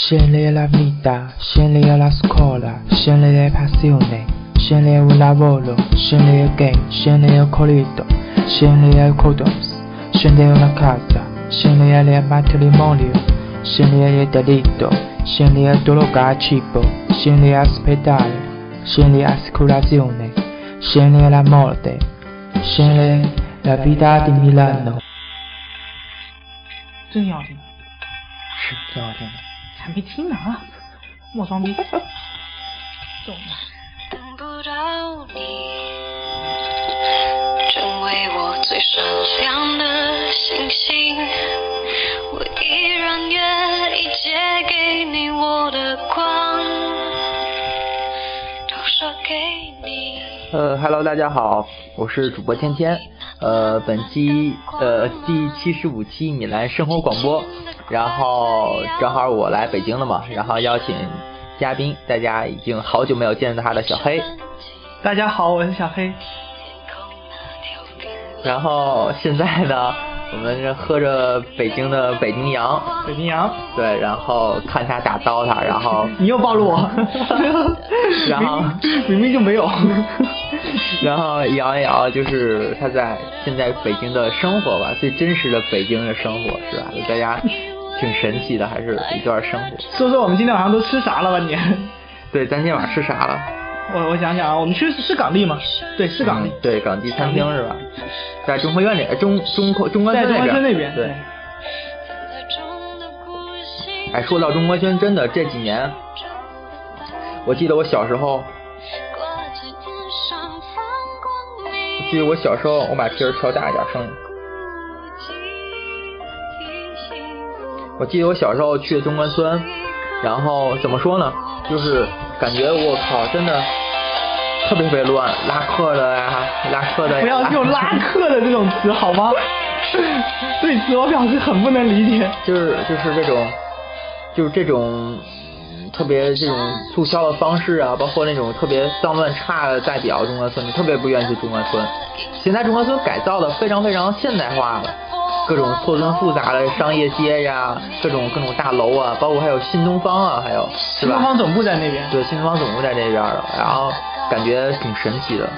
Scegli la vita, scegli la scuola, scegli le passioni, scegli il lavoro, scegli il game, scegli il corrido, scegli il condoms, scegli una casa, scegli il matrimonio, scegli il delitto, scegli il droga cibo, scegli l'ospedale, scegli l'assicurazione, scegli la morte, scegli la vita di Milano。 真挺好听的， 是挺好听的。 还没听呢啊，莫装逼。懂了。 等不到你，成为我最闪亮的星星，我依然愿意借给你我的光，投射给你。 Hello， 大家好，我是主播天天。本期第75期米兰生活广播，然后正好我来北京了嘛，然后邀请嘉宾，大家已经好久没有见到他的小黑。 大家好，我是小黑。 然后现在呢，我们喝着北京的北京洋。 北京洋。对， 然后看他打刀他，然后你又暴露我。 然后明明就没有。 然后摇一摇，就是他在现在北京的生活吧，最真实的北京的生活是吧？大家挺神奇的，还是一段生活。 说说我们今天晚上都吃啥了吧你？ 对，咱今天晚上吃啥了？ 我想想啊，我们吃是港地吗？对，是港地。 对，港地餐厅是吧？在中科院里，中关村那边。 对。哎，说到中关村，真的这几年，我记得我小时候。记得我小时候，我把声调大一点声音。我记得我小时候去的中关村，然后怎么说呢？就是感觉我靠，真的特别乱，拉客的呀。 不要用拉客的这种词好吗？对此我表示很不能理解。 就是这种。特别这种促销的方式啊，包括那种特别脏乱差的代表中关村，特别不愿意去中关村。现在中关村改造的非常现代化了，各种错综复杂的商业街呀，各种大楼啊，包括还有新东方啊，还有是吧？ 新东方总部在那边。 对，新东方总部在这边了，然后感觉挺神奇的。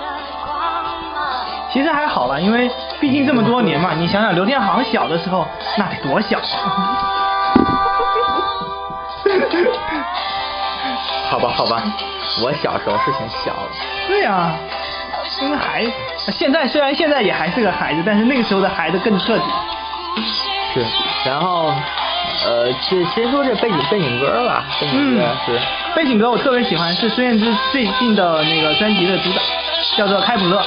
其实还好了，因为毕竟这么多年嘛，你想想刘天航小的时候那得多小啊。 好吧，我小时候是挺小的。 对啊，因为孩子，虽然现在也还是个孩子，但是那个时候的孩子更彻底。 是，然后先说这背景歌吧，背景歌是。 背景歌我特别喜欢，是孙燕姿最近的那个专辑的主打，叫做《开普勒》。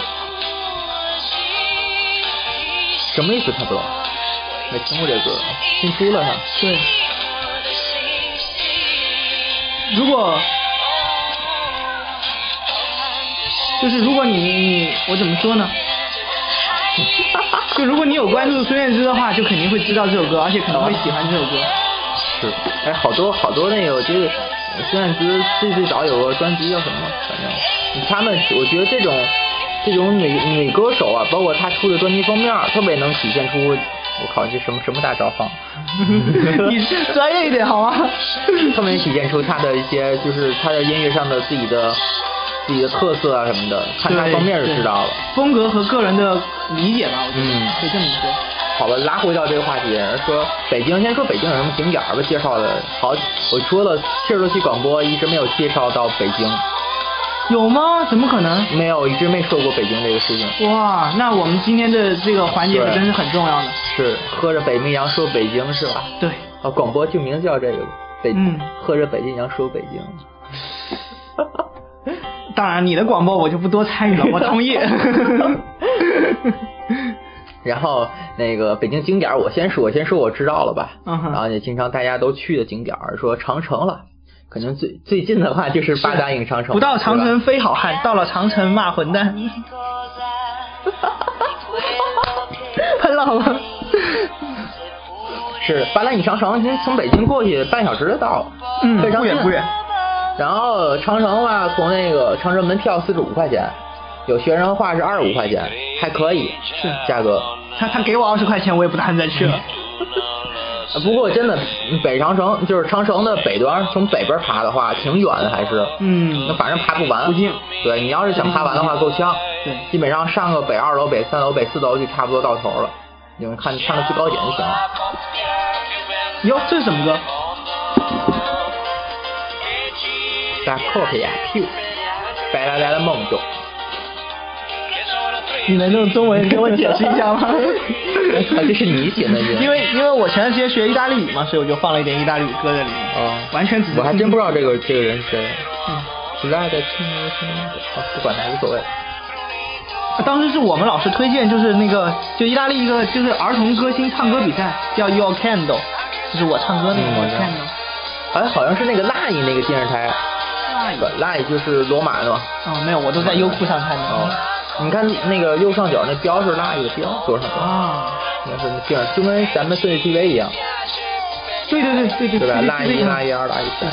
什么意思？开普勒？没听过这歌，新出了它。 对。如果你我怎么说呢？就如果你有关注孙燕姿的话，就肯定会知道这首歌，而且可能会喜欢这首歌。 是，哎，好多那个，我觉得孙燕姿最早有个专辑叫什么？反正他们，我觉得这种女歌手啊，包括她出的专辑封面，特别能体现出。我靠，这什么大招放？ 你专业一点好吗？ 特别体现出他的一些，就是他的音乐上的自己的特色啊什么的，看他封面就知道了。 风格和个人的理解吧，我觉得可以这么说。 好吧，拉回到这个话题，说北京，先说北京有什么景点吧，介绍的好。我说了70多期广播，一直没有介绍到北京。 有吗？怎么可能？ 没有，一直没说过北京这个事情。 哇，那我们今天的这个环节可真是很重要的。 是，喝着北冰洋说北京是吧？ 对。 啊，广播就名字叫这个喝着北冰洋说北京。 当然，你的广播我就不多参与了，我同意。 然后那个北京景点我先说我知道了吧。然后也经常大家都去的景点，说长城了。可能最近的话就是八达岭长城， 不到长城非好汉，到了长城骂混蛋。很老了。 是八达岭长城，从北京过去半小时就到了，非常近。 不远。 然后长城的话，从那个长城门票45块钱，有学生的话是25块钱，还可以。 是价格。 他给我20块钱，我也不打算再去了。 不过真的，北长城就是长城的北端，从北边爬的话，挺远的还是。那反正爬不完。 不近。 对，你要是想爬完的话，够呛。 对。 基本上上个北2楼、北3楼、北4楼就差不多到头了。你们看个最高点就行了。 哟，这是什么歌？ 在靠北呀，白来的梦中。 你能用中文给我解释一下吗？ 这是你写的。 因为我前段时间学意大利语嘛，所以我就放了一点意大利语歌在里面。完全只是。 我还真不知道这个人是谁。来的不管他无所谓。 当时是我们老师推荐，就是那个就意大利一个就是儿童歌星唱歌比赛，叫 Your Candle， 就是我唱歌那个 Candle。 好像是那个辣姨那个电视台。辣姨就是罗马的嘛。 没有，我都在优酷上看的。 你看那个右上角那标是辣姨的标，左上角那是电视，就跟咱们顺序 TV 一样。 对吧？辣姨2，辣姨3，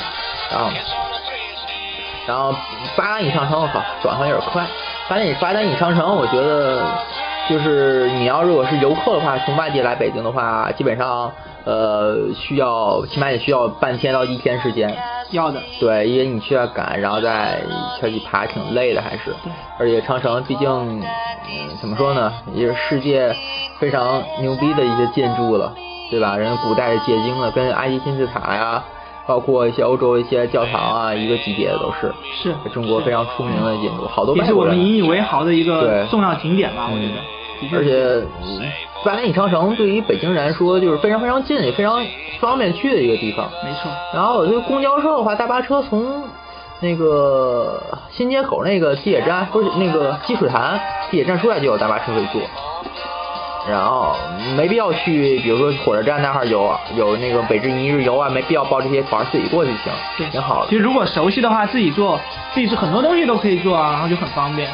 然后8单以上城，我靠，转换有点快。8单以上城，我觉得就是你要如果是游客的话，从外地来北京的话，基本上起码也需要半天到1天时间。 要的。 对，因为你需要赶，然后再下去爬，挺累的还是。 对。 而且长城毕竟怎么说呢，也是世界非常牛逼的一些建筑了，对吧？人古代结晶了，跟埃及金字塔呀，包括一些欧洲一些教堂啊，一个级别的都是。 是。 中国非常出名的建筑，好多。 也是我们引以为豪的一个重要景点吧，我觉得。 而且8单以上城对于北京人来说就是非常非常近，也非常方便去的一个地方。 没错。然后就公交车的话，大巴车从那个新街口那个地铁站，不是那个积水潭地铁站出来就有大巴车可以坐。然后没必要去，比如说火车站那儿有那个北至一日游啊，没必要报这些团，自己过就行， 对， 挺好的。 其实如果熟悉的话，自己做很多东西都可以做啊，然后就很方便。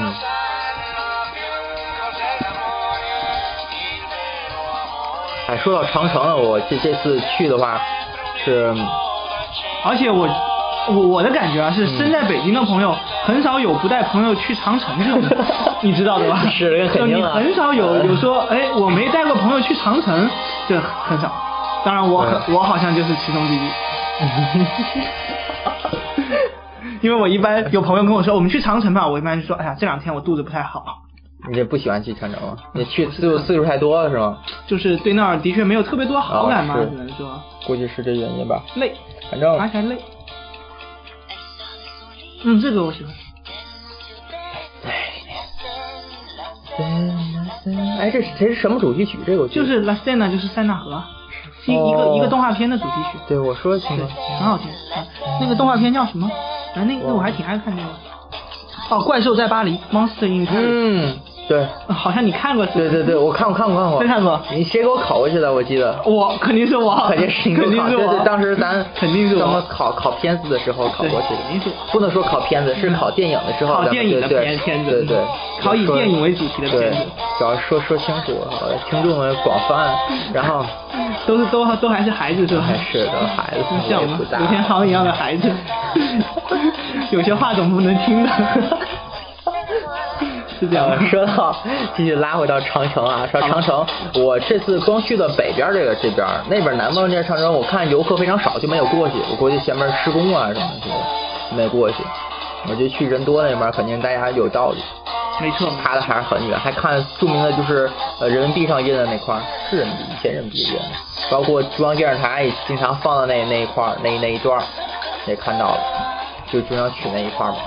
说到长城了，我这次去的话是， 而且我的感觉啊，是身在北京的朋友很少有不带朋友去长城这种，你知道的吧？ 是，肯定啊。 你很少有说，我没带过朋友去长城，这很少。当然我好像就是其中之一。因为我一般有朋友跟我说我们去长城吧，我一般就说哎呀这2天我肚子不太好。 你这不喜欢去长城吗？你去次数太多了是吗？ 就是对那儿的确没有特别多好感嘛，只能说。 估计是这原因吧。 累， 反正爬起来累。这个我喜欢。 这是什么主题曲？这个就是 La Senna， 就是塞纳河，一个动画片的主题曲。 对，我说清楚， 很好听。那个动画片叫什么？那个我还挺爱看那个。怪兽在巴黎 ，Monster in Paris。 对， 好像你看过。 对，我看过。 没看过。 你谁给我考过去的？我记得。 肯定是我。 肯定是你给我考。对，当时咱肯定是我。 咱们考片子的时候考过去的。 肯定是。 不能说考片子，是考电影的时候。 考电影的片子。 对。 考以电影为主题的片子。 主要说清楚，听众们广泛，然后都还是孩子是吧？ 是的，孩子。 像我们刘天航一样的孩子，有些话总不能听的。是这样。 说到继续拉回到长城啊，说长城，我这次光去的北边这边，那边南方这长城，我看游客非常少，就没有过去。我估计前面施工啊什么的，没过去。我觉得去人多那边，肯定大家有道理。 没错， 爬的还是很远，还看著名的就是人民币上印的那块是人民币，以前人民币印的，包括中央电视台也经常放的那一块那一段也看到了，就中央区那一块嘛。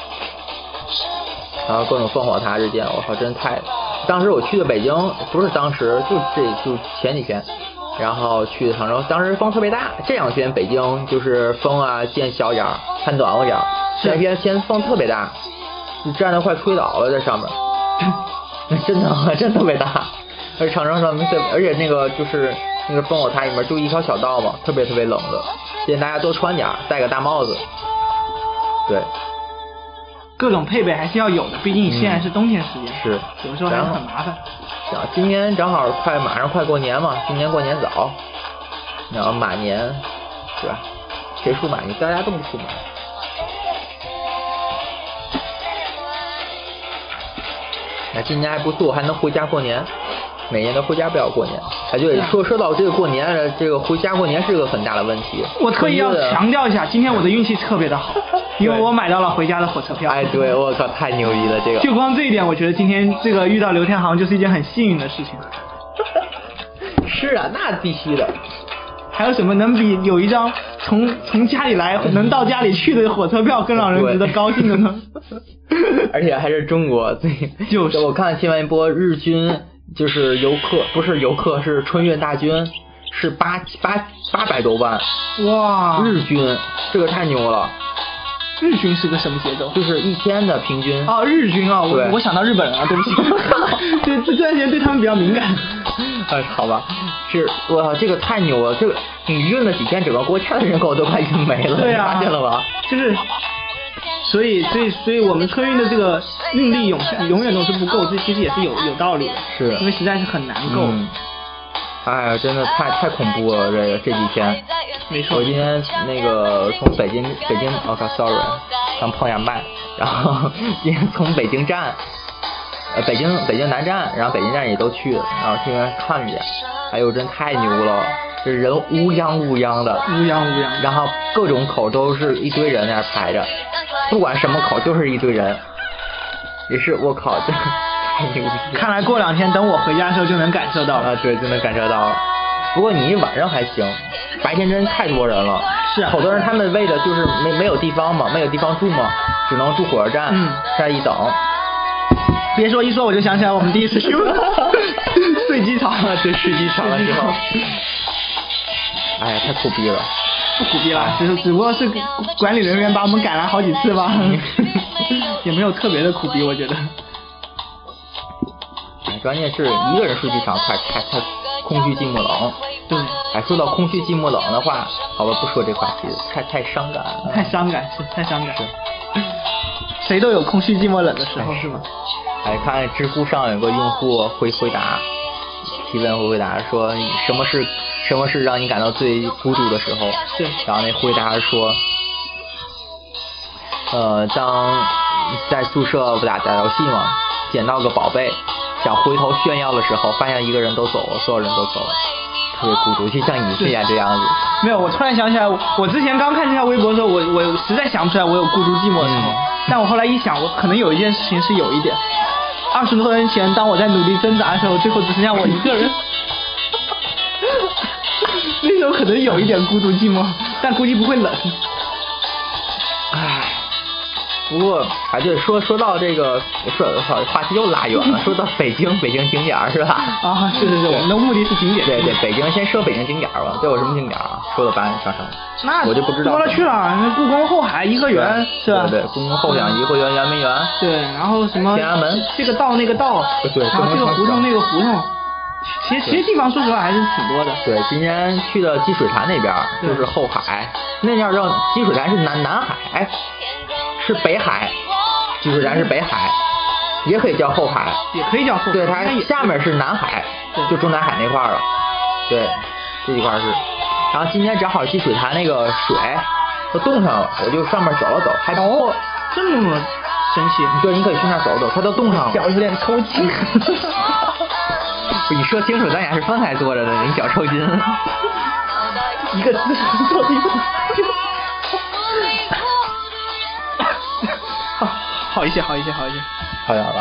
然后各种烽火塔之间，我靠，真太！当时我去的北京，不是当时，就前几天，然后去的长城，当时风特别大。这2天北京就是风啊见小点儿，看暖和点儿。这2天风特别大，你站得快推倒了在上面，真特别大。而且长城上面，而且那个就是那个烽火塔里面就一条小道嘛，特别冷的，建议大家多穿点，戴个大帽子。对。 各种配备还是要有的，毕竟现在是冬天时间， 是有时候还是很麻烦。 今年正好马上快过年嘛，今年过年早，然后马年，对吧？谁出马年？大家都不出马。那今年还不错，还能回家过年。 每年都回家不要过年。哎，对，说到这个过年，这个回家过年是个很大的问题。 我特意要强调一下，今天我的运气特别的好，因为我买到了回家的火车票。 哎，对，我靠，太牛逼了这个。 就光这一点，我觉得今天这个遇到刘天航就是一件很幸运的事情。 是啊，那必须的。 还有什么能比有一张从家里来能到家里去的火车票更让人值得高兴的呢？ 而且还是中国最， 就是我看新闻一波，日军就是不是游客，是春运大军，是800多万。 哇！ 日军这个太牛了。 日军是个什么节奏？ 就是一天的平均。 哦，日军啊，我想到日本人了，对不起。对，这段时间对他们比较敏感。 好吧，我操，这个太牛了！这个你运了几天，整个国家的人口都快运没了， 对啊， 你发现了吧？ 就是，所以我们春运的这个运力永远都是不够，这其实也是有道理的。是。因为实在是很难够。 哎呀，真的太恐怖了，这几天。 没错。 我今天那个从北京，sorry， 刚碰一下麦，然后今天从北京站。北京南站，然后北京站也都去了，然后去那看一眼，哎呦，真太牛了，这人乌泱的，然后各种口都是一堆人在那排着，不管什么口就是一堆人，也是我靠，这太牛逼！ 看来过2天等我回家的时候就能感受到了。 啊，对，就能感受到了。不过你晚上还行，白天真太多人了。 是啊。 好多人他们为了就是没有地方嘛，没有地方住嘛，只能住火车站，在一等。 别说一说我就想起来我们第一次去睡机场了，对，睡机场的时候，哎呀，太苦逼了， 不苦逼了，只不过是管理人员把我们赶来好几次吧，也没有特别的苦逼，我觉得。 关键是一个人睡机场太空虚寂寞冷。 对。 哎，说到空虚寂寞冷的话，好吧，不说这话题，太伤感了。 太伤感。谁都有空虚寂寞冷的时候，是吗？ 哎，看知乎上有个用户回答提问回答说什么是让你感到最孤独的时候？ 对。 然后那回答说，当在宿舍不打游戏嘛，捡到个宝贝，想回头炫耀的时候，发现一个人都走了，所有人都走了，特别孤独，就像你现在这样子。 没有，我突然想起来，我之前刚看这条微博的时候，我实在想不出来我有孤独寂寞的时候，但我后来一想，我可能有一件事情是有一点。20多年前，当我在努力挣扎的时候，最后只剩下我一个人，那时候可能有一点孤独寂寞，但估计不会冷。 唉，不过还对说到这个，话题又拉远了，说到北京景点是吧？ 啊，是，我们的目的是景点。 对，北京先说北京景点吧，这有什么景点啊？说到8点上， 那我就不知道。 多了去了，那故宫后海颐和园是吧？ 对，故宫后海颐和园、圆明园。 对，然后什么天安门， 这个道那个道， 对， 然后这个胡同那个胡同，其实地方说实话还是挺多的。 对，今天去的积水潭那边就是后海，那边叫积水潭是南海，是北海，积水潭是北海，也可以叫后海， 也可以叫后海。 对，它下面是南海，就中南海那块了。对，这一块是。然后今天正好积水潭那个水都冻上了，我就上面走了走，还这么神奇。 对，你可以去那儿走走，它都冻上了。 脚有点抽筋。 你说清楚，咱俩是分开坐着的，你脚抽筋。 一个姿势坐地方。好一些。好点了吧？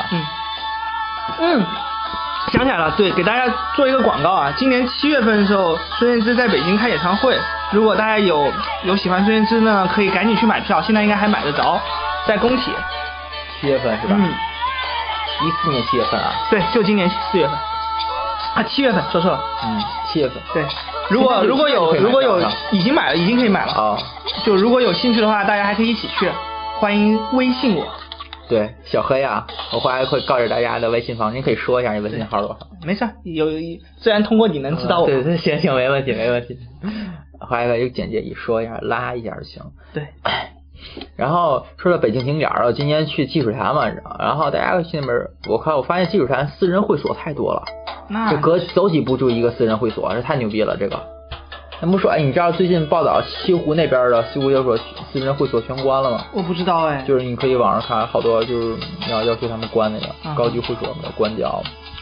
想起来了，对，给大家做一个广告啊！今年7月份的时候，孙燕姿在北京开演唱会，如果大家有喜欢孙燕姿呢，可以赶紧去买票，现在应该还买得着，在工体。 7月份是吧？14年7月份啊？ 对，就今年4月份。啊，7月份，说错了。 7月份。 对，如果有已经买了，已经可以买了。 啊。 就如果有兴趣的话，大家还可以一起去，欢迎微信我。 对，小黑啊，我回来会告诉大家的微信方式，你可以说一下你微信号多少？ 没事，虽然通过你能知道我。 对，行，没问题。回来就简介一说一下，拉一下就行。 对。 然后说到北京景点了，今天去积水潭嘛，然后大家去那边，我发现积水潭私人会所太多了，就隔走几步就一个私人会所，这太牛逼了这个。他们说，哎，你知道最近报道西湖那边的西湖有所私人会所全关了吗？ 我不知道哎。 就是你可以网上看好多，就是要求他们关那个高级会所没有关掉。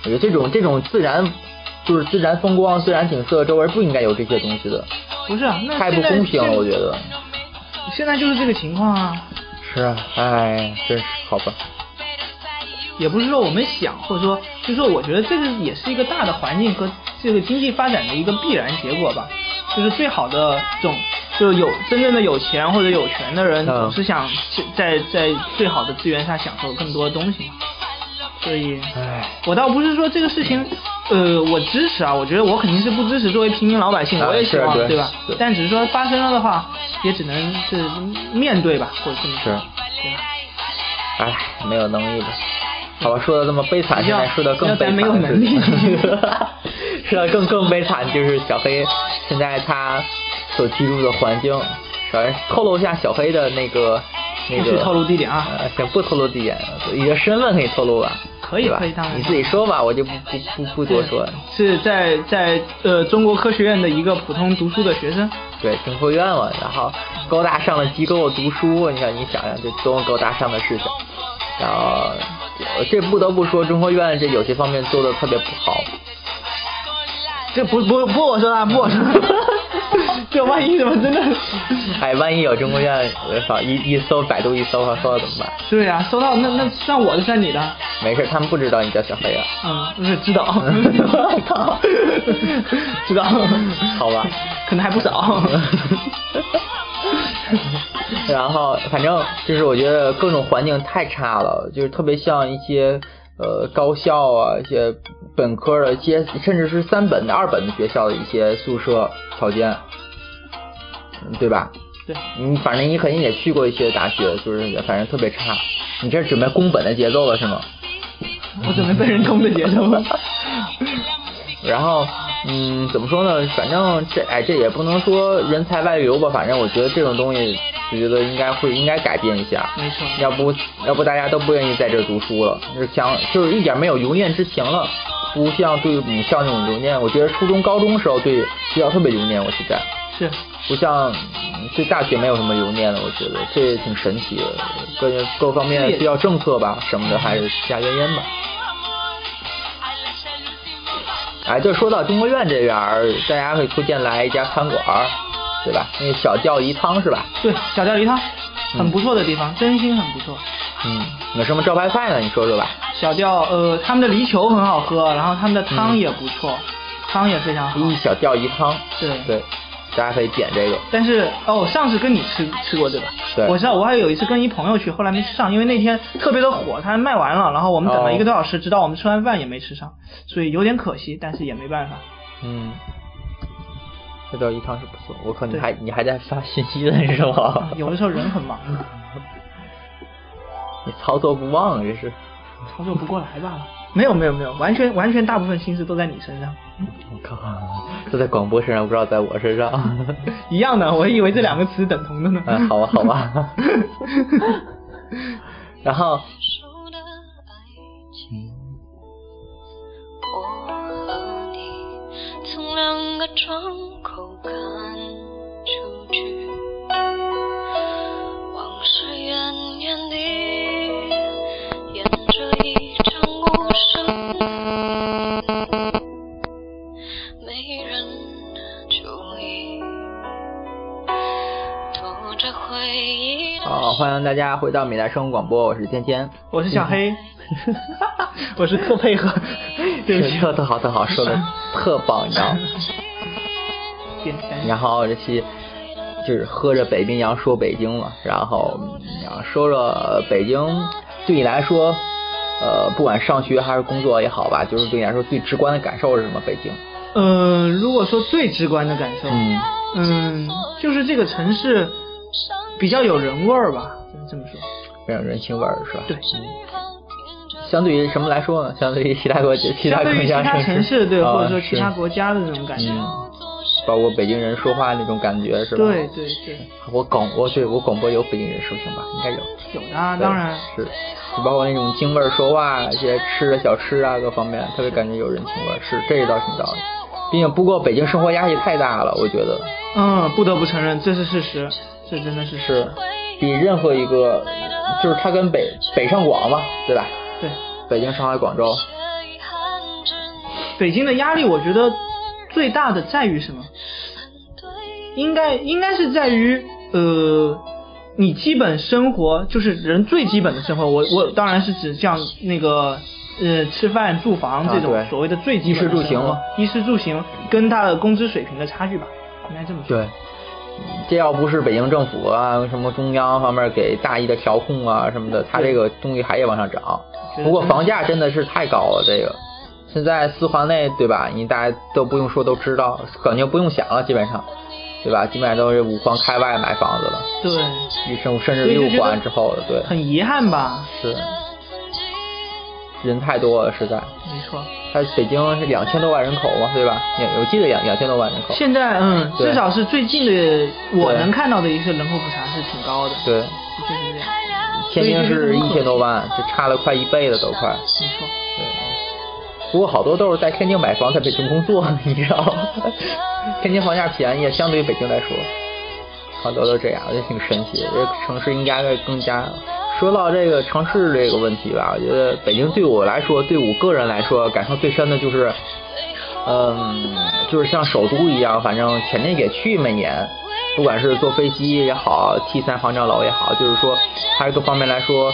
我觉得这种自然就是自然风光、自然景色，周围不应该有这些东西的。 不是啊，那太不公平了，我觉得。 现在就是这个情况啊。 是啊，哎，真是好吧。 也不是说我们想，或者说，就是说，我觉得这个也是一个大的环境和这个经济发展的一个必然结果吧。就是最好的这种，就是真正的有钱或者有权的人，总是想在最好的资源下享受更多的东西嘛。所以，我倒不是说这个事情，我支持啊，我觉得我肯定是不支持。作为平民老百姓，我也希望，对吧？但只是说发生了的话，也只能是面对吧，或者这么说，对吧？ 哎，没有能力的。好吧，说的这么悲惨，现在说的更悲惨。 没有能力。 说的更悲惨，就是小黑现在他所居住的环境。首先透露一下小黑的那个。 不许透露地点啊！ 行，不透露地点，你的身份可以透露吧？ 可以，当然。 你自己说吧，我就不多说。 是在中国科学院的一个普通读书的学生。 对，中科院嘛，然后高大上的机构读书，你想想，这多么高大上的事情。然后这不得不说，中科院这有些方面做的特别不好。 这不我说啊，不我说。这万一怎么真的？ 哎，万一有中科院，一搜百度一搜了怎么办？ 对呀，搜到那算我的算你的？ 没事，他们不知道你叫小黑啊。不是知道。知道。 好吧。 可能还不少。 然后反正就是我觉得各种环境太差了，就是特别像一些高校啊，一些本科的一些甚至是3本的2本的学校的一些宿舍条件，对吧？ 对。 反正你肯定也去过一些大学，就是反正特别差。你这准备攻本的节奏了是吗？ 我准备被人攻的节奏了。 然后怎么说呢？反正这也不能说人才外流吧，反正我觉得这种东西，我觉得应该改变一下。 没错。 要不大家都不愿意在这读书了，就是一点没有留恋之情了，不像对母校那种留恋。我觉得初中高中时候对学校特别留恋，我实在是不像对大学没有什么留恋了。我觉得这也挺神奇的，各方面需要政策吧什么的，还是其他原因吧。哎，就说到中科院这边，大家可以推荐来一家餐馆，对吧？那个小吊梨汤是吧？ 对，小吊梨汤很不错的地方，真心很不错。 有什么招牌菜呢？你说说吧。 小吊他们的梨球很好喝，然后他们的汤也不错，汤也非常好。 小吊梨汤。对。大家可以点这个。 但是上次跟你吃过对吧？ 对。 我知道，我还有一次跟一朋友去，后来没吃上，因为那天特别的火，它卖完了，然后我们等了1个多小时，直到我们吃完饭也没吃上，所以有点可惜，但是也没办法。 这道一汤是不错，我可能你还在发信息呢是吗？ 有的时候人很忙。 你操作不忘这是。 操作不过来罢了。没有，完全大部分心思都在你身上。 我靠，都在广播身上，不知道在我身上。 一样的，我以为这2个词等同的呢。 好吧。然后。 我和你从2个窗口看出去，往事远远地沿着一场无声，没人注意，躲着回忆。 欢迎大家回到美大生活广播，我是天天， 我是小黑。我是特配合，对不起， 特好，说的特棒，你知道吗？然后这期就是喝着北冰洋说北京嘛，然后说着北京对你来说，不管上学还是工作也好吧，就是对你来说最直观的感受是什么？北京？ 如果说最直观的感受，就是这个城市比较有人味儿吧，这么说， 非常人情味儿是吧？ 对。 相对于什么来说呢？相对于其他国家、其他城市，对，或者说其他国家的那种感觉， 包括北京人说话那种感觉是吧？ 对。 我广播有北京人说行吧？应该有。 有的啊，当然是，包括那种京味儿说话，一些吃的小吃啊，各方面特别感觉有人情味儿，是这一倒挺到的。毕竟不过北京生活压力太大了，我觉得。 不得不承认，这是事实，这真的是事实。 比任何一个，就是它跟北上广嘛，对吧？ 对， 北京、上海、广州， 北京的压力，我觉得最大的在于什么？应该是在于你基本生活就是人最基本的生活。我当然是指像那个吃饭住房这种所谓的最基本的衣食住行嘛， 衣食住行跟他的工资水平的差距吧，应该这么说。 对。这要不是北京政府啊，什么中央方面给大力的调控啊什么的，它这个东西还得往上涨。不过房价真的是太高了，这个现在4环内对吧？你大家都不用说都知道，感觉不用想了，基本上对吧？基本上都是5环开外买房子了。 对， 甚至6环之后的，对。 很遗憾吧？ 是。人太多了，实在。 没错。 它北京是2000多万人口嘛，对吧？我记得2000多万人口。 现在至少是最近的我能看到的一些人口普查是挺高的。 对。 的确是这样。 天津是1000多万，这差了快1倍了都快。 没错。 对。不过好多都是在天津买房，在北京工作，你知道吗？天津房价便宜，相对于北京来说，好多都这样，也挺神奇的。这个城市应该更加。说到这个城市这个问题吧，我觉得北京对我来说，对我个人来说，感受最深的就是，就是像首都一样，反正前年也去，每年，不管是坐飞机也好，T3航站楼也好，就是说，它各方面来说，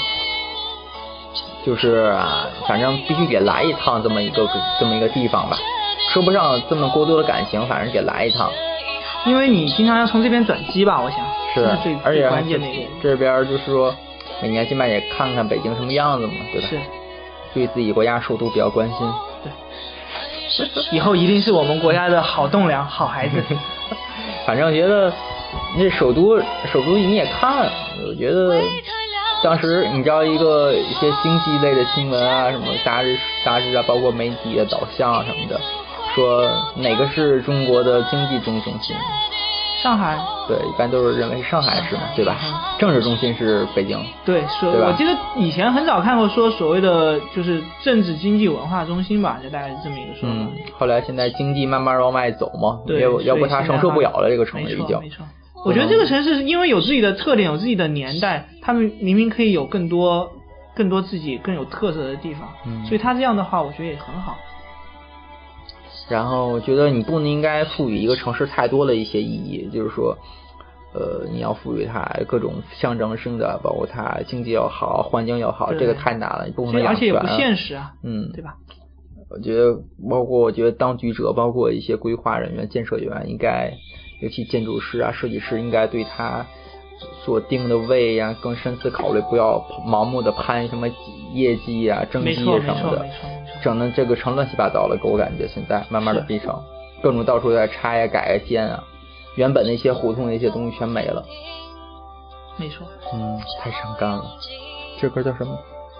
就是反正必须得来一趟这么一个地方吧，说不上这么过多的感情，反正得来一趟。 因为你经常要从这边转机吧，我想是，而且关键的一点， 这边就是说。每年起码也看看北京什么样子嘛，对吧？ 是， 对自己国家首都比较关心。 对，以后一定是我们国家的好栋梁、好孩子。 反正觉得这首都你也看，我觉得当时你知道一些经济类的新闻啊，什么杂志啊，包括媒体的导向啊什么的，说哪个是中国的经济中心？ 上海。 对，一般都是认为上海是嘛，对吧？政治中心是北京。 对，我记得以前很早看过说所谓的就是政治经济文化中心吧，就大概是这么一个说法。 后来现在经济慢慢往外走嘛， 对， 要不它承受不了了这个城市已经。 没错。我觉得这个城市因为有自己的特点，有自己的年代，他们明明可以有更多自己更有特色的地方，所以它这样的话，我觉得也很好。 然后我觉得你不应该赋予一个城市太多的一些意义，就是说你要赋予它各种象征性的，包括它经济要好，环境要好，这个太难了，你不可能养全， 而且也不现实啊，对吧？ 我觉得当局者，包括一些规划人员、建设员，应该尤其建筑师啊、设计师，应该对他所定的位呀更深思考虑，不要盲目的攀什么业绩啊、政绩什么的。整的这个成乱七八糟了，给我感觉现在慢慢的变成各种到处在拆啊、改啊、建啊，原本那些胡同那些东西全没了。 没错。 太伤感了。这歌叫什么？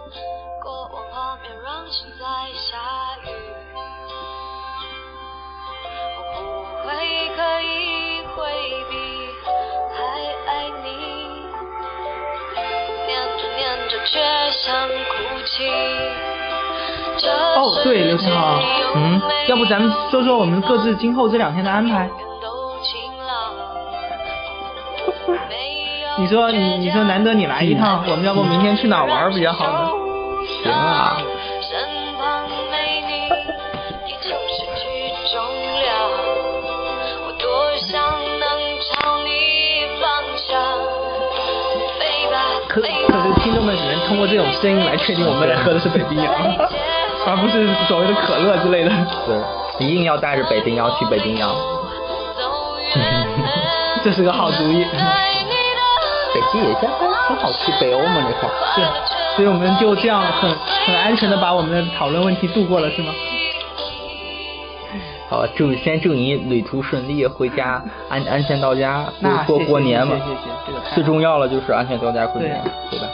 对，刘晨好，要不咱们说说我们各自今后这2天的安排？你说难得你来一趟，我们要不明天去哪玩比较好呢？ 行啊。 可是听众们只能通过这种声音来确定我们喝的是北冰洋，而不是所谓的可乐之类的。 对，一定要带着北冰洋去北冰洋。 这是个好主意。 北极也很好去，北欧嘛这块。 是，所以我们就这样很安全的把我们的讨论问题度过了，是吗？ 好，先祝你旅途顺利，回家安全到家，过年嘛。 谢谢，这个最重要的就是安全到家过年，对吧？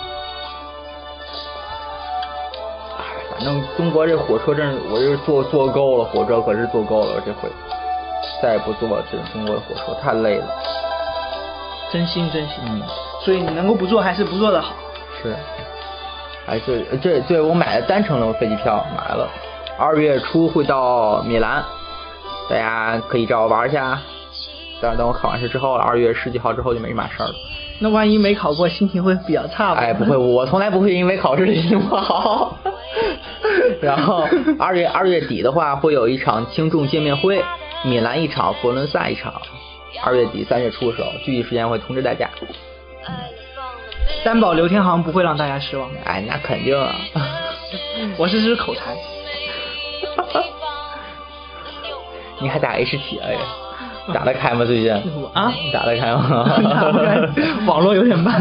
反正中国这火车我是坐够了，火车可是坐够了，这回再也不坐这中国的火车，太累了。 真心。所以你能够不坐还是不坐的好。 是。还是对我买了单程的飞机票，买了2月初会到米兰。大家可以找我玩一下，等我考完试之后，2月10几号之后就没什么事儿了。 那万一没考过，心情会比较差吧？ 不会，我从来不会因为考试心情不好。 然后2月底的话会有一场轻重见面会，米兰一场，佛罗伦萨一场。2月底3月初的时候，具体时间会通知大家。 担保刘天航不会让大家失望。 哎，那肯定啊。 我是口才。 你还打 H 体了呀？打得开吗？最近啊？ 打得开吗？ 打不开，网络有点慢。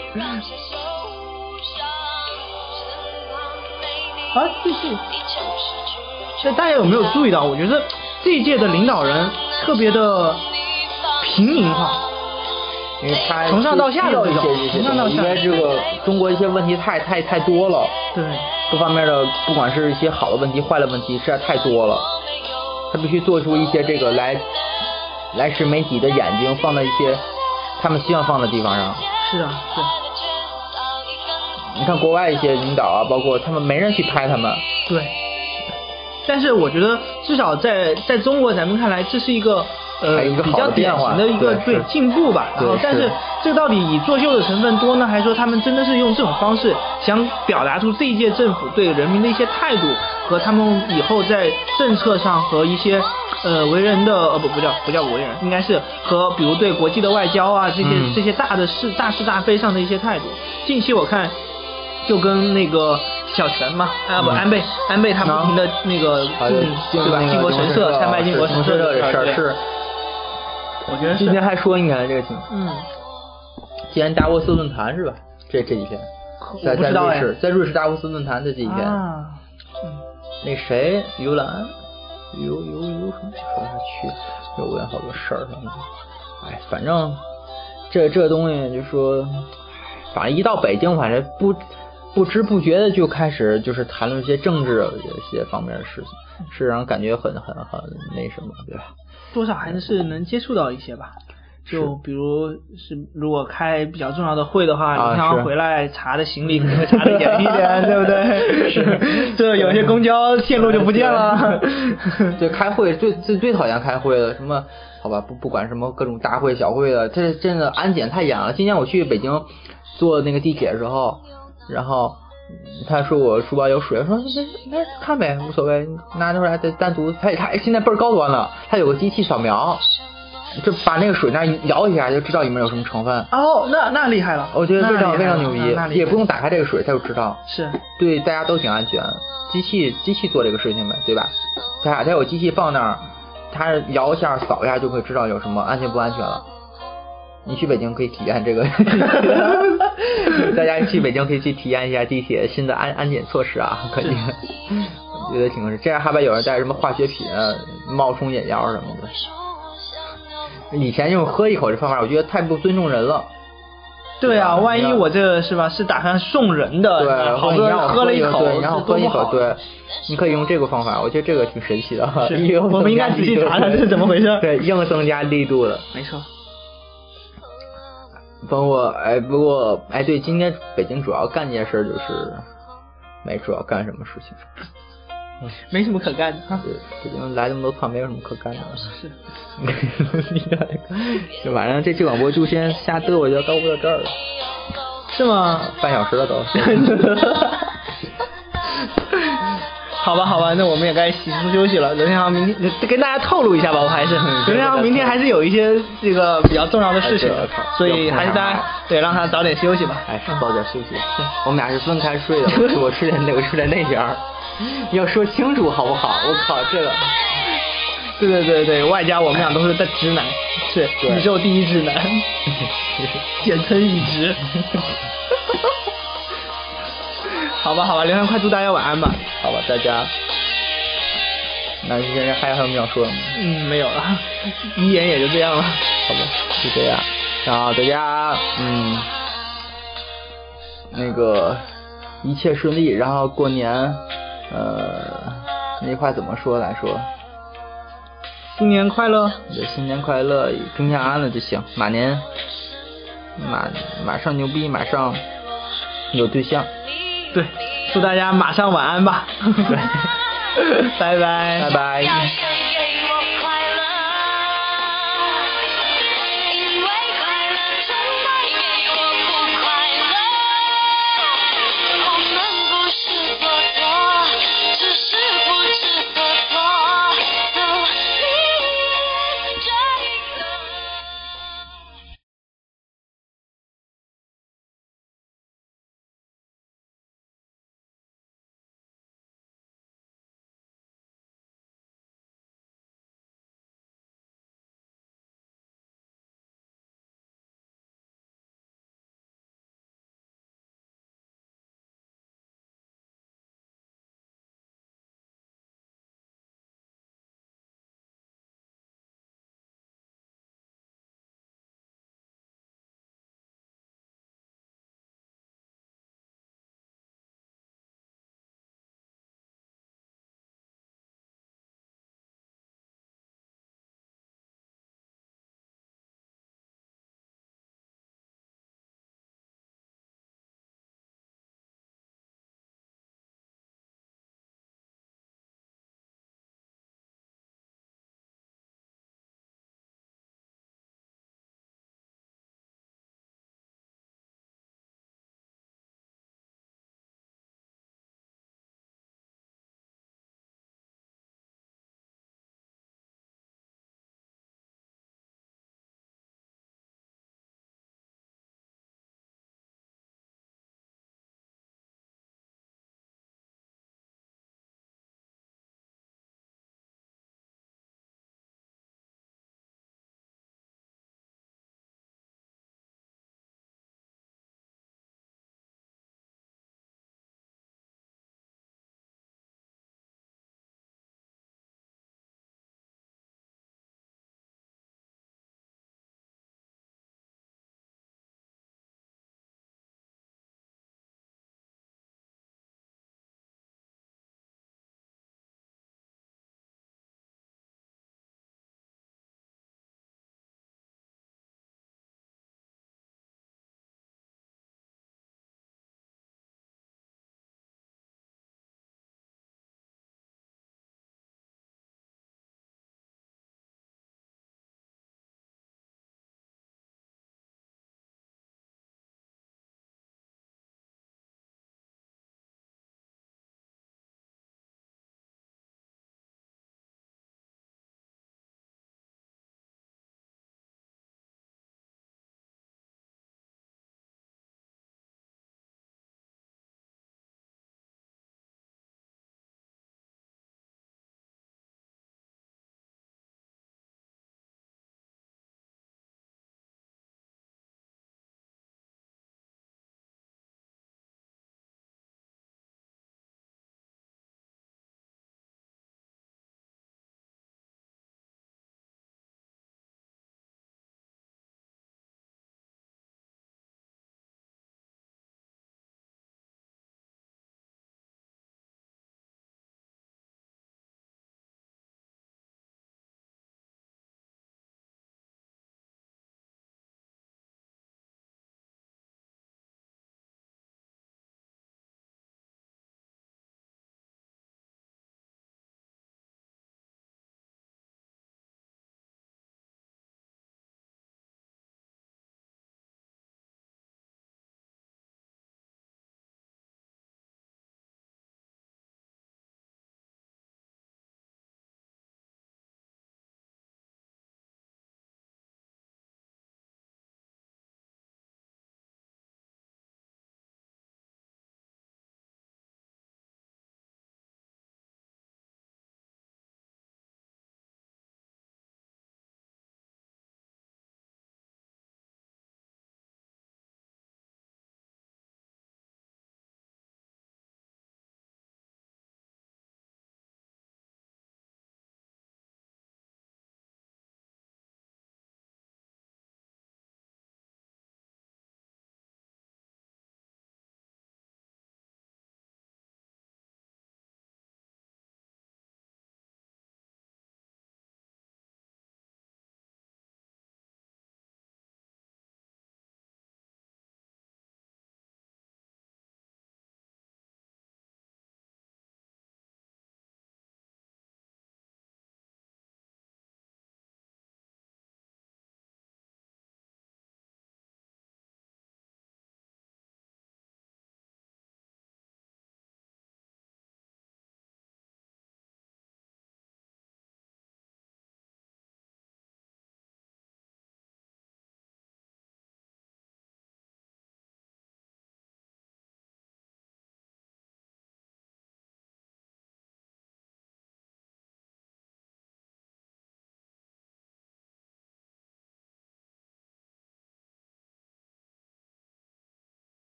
啊，继续。所以大家有没有注意到？我觉得这一届的领导人特别的平民化， 因为他从上到下的这种，从上到下， 因为这个中国一些问题太多了， 对， 各方面的不管是一些好的问题、坏的问题，实在太多了，他必须做出一些这个来使媒体的眼睛放在一些他们希望放的地方上。 是啊，是。 你看国外一些领导啊，包括他们没人去拍他们。 对。但是我觉得至少在中国咱们看来，这是一个比较典型的一个对进步吧。然后，但是这到底以作秀的成分多呢，还是说他们真的是用这种方式想表达出这一届政府对人民的一些态度，和他们以后在政策上和一些为人的不叫为人，应该是和比如对国际的外交啊这些大是大非上的一些态度。近期我看就跟那个小泉嘛，安倍他不停的那个对吧？靖国神社参拜靖国神社的事儿是，我觉得今天还说应该这个情况。今天达沃斯论坛是吧？这几天在瑞士达沃斯论坛的这几天，那谁游览游什么说他去有好多事儿什么的，哎，反正这东西就说，反正一到北京，反正不知不觉的就开始就是谈论一些政治一些方面的事情，是让人感觉很那什么，对吧？ 多少还是能接触到一些吧。就比如是如果开比较重要的会的话，你常常回来查的行李可能会查的严一点，对不对？是，这有些公交线路就不见了。 对，开会最讨厌开会了，什么好吧，不管什么各种大会小会的，这真的安检太严了。今天我去北京坐那个地铁的时候，然后他说我书包有水，说那看呗，无所谓，拿出来再单独。他现在倍儿高端了，他有个机器扫描，就把那个水那摇一下就知道里面有什么成分。 哦，那厉害了， 我觉得非常牛逼，也不用打开这个水他就知道。 是， 对大家都挺安全，机器做这个事情呗，对吧？他有机器放那儿，他摇一下扫一下就可以知道有什么安全不安全了。你去北京可以体验这个大家去北京可以去体验一下地铁新的安检措施啊，可以，我觉得挺合适。这样还有人带什么化学品、冒充眼药什么的。以前用喝一口这方法，我觉得太不尊重人了。 对啊，万一我这是吧是打算送人的， 对， 好多人喝了一口， 然后喝一口，对，你可以用这个方法，我觉得这个挺神奇的。 我们应该仔细查查这是怎么回事。 对，硬增加力度的， 没错。 不过对，今天北京主要干件事就是没主要干什么事情， 没什么可干的。 对，北京来这么多趟，没有什么可干的。 是。 就反正这广播就先瞎嘚，我就要到这儿了。 是吗？ 半小时了都。 好吧，那我们也该洗漱休息了。刘天航明天跟大家透露一下吧，我还是刘天航明天还是有一些这个比较重要的事情，所以还是大家对让他早点休息吧。 早点休息。我们俩是分开睡的，我睡在那边。要说清楚好不好？我靠，这个。 对，外加我们俩都是直男，是宇宙第一直男，简称一直。好吧，刘天快祝大家晚安吧。 好吧，大家。那现在还有什么要说的吗？ 没有了，遗言也就这样了。 好吧，就这样。然后大家那个一切顺利，然后过年那块怎么说来说？ 新年快乐。 对，新年快乐，平平安安的就行。马年马上牛逼，马上有对象。 对，祝大家马上晚安吧。 对， 拜拜。 拜拜。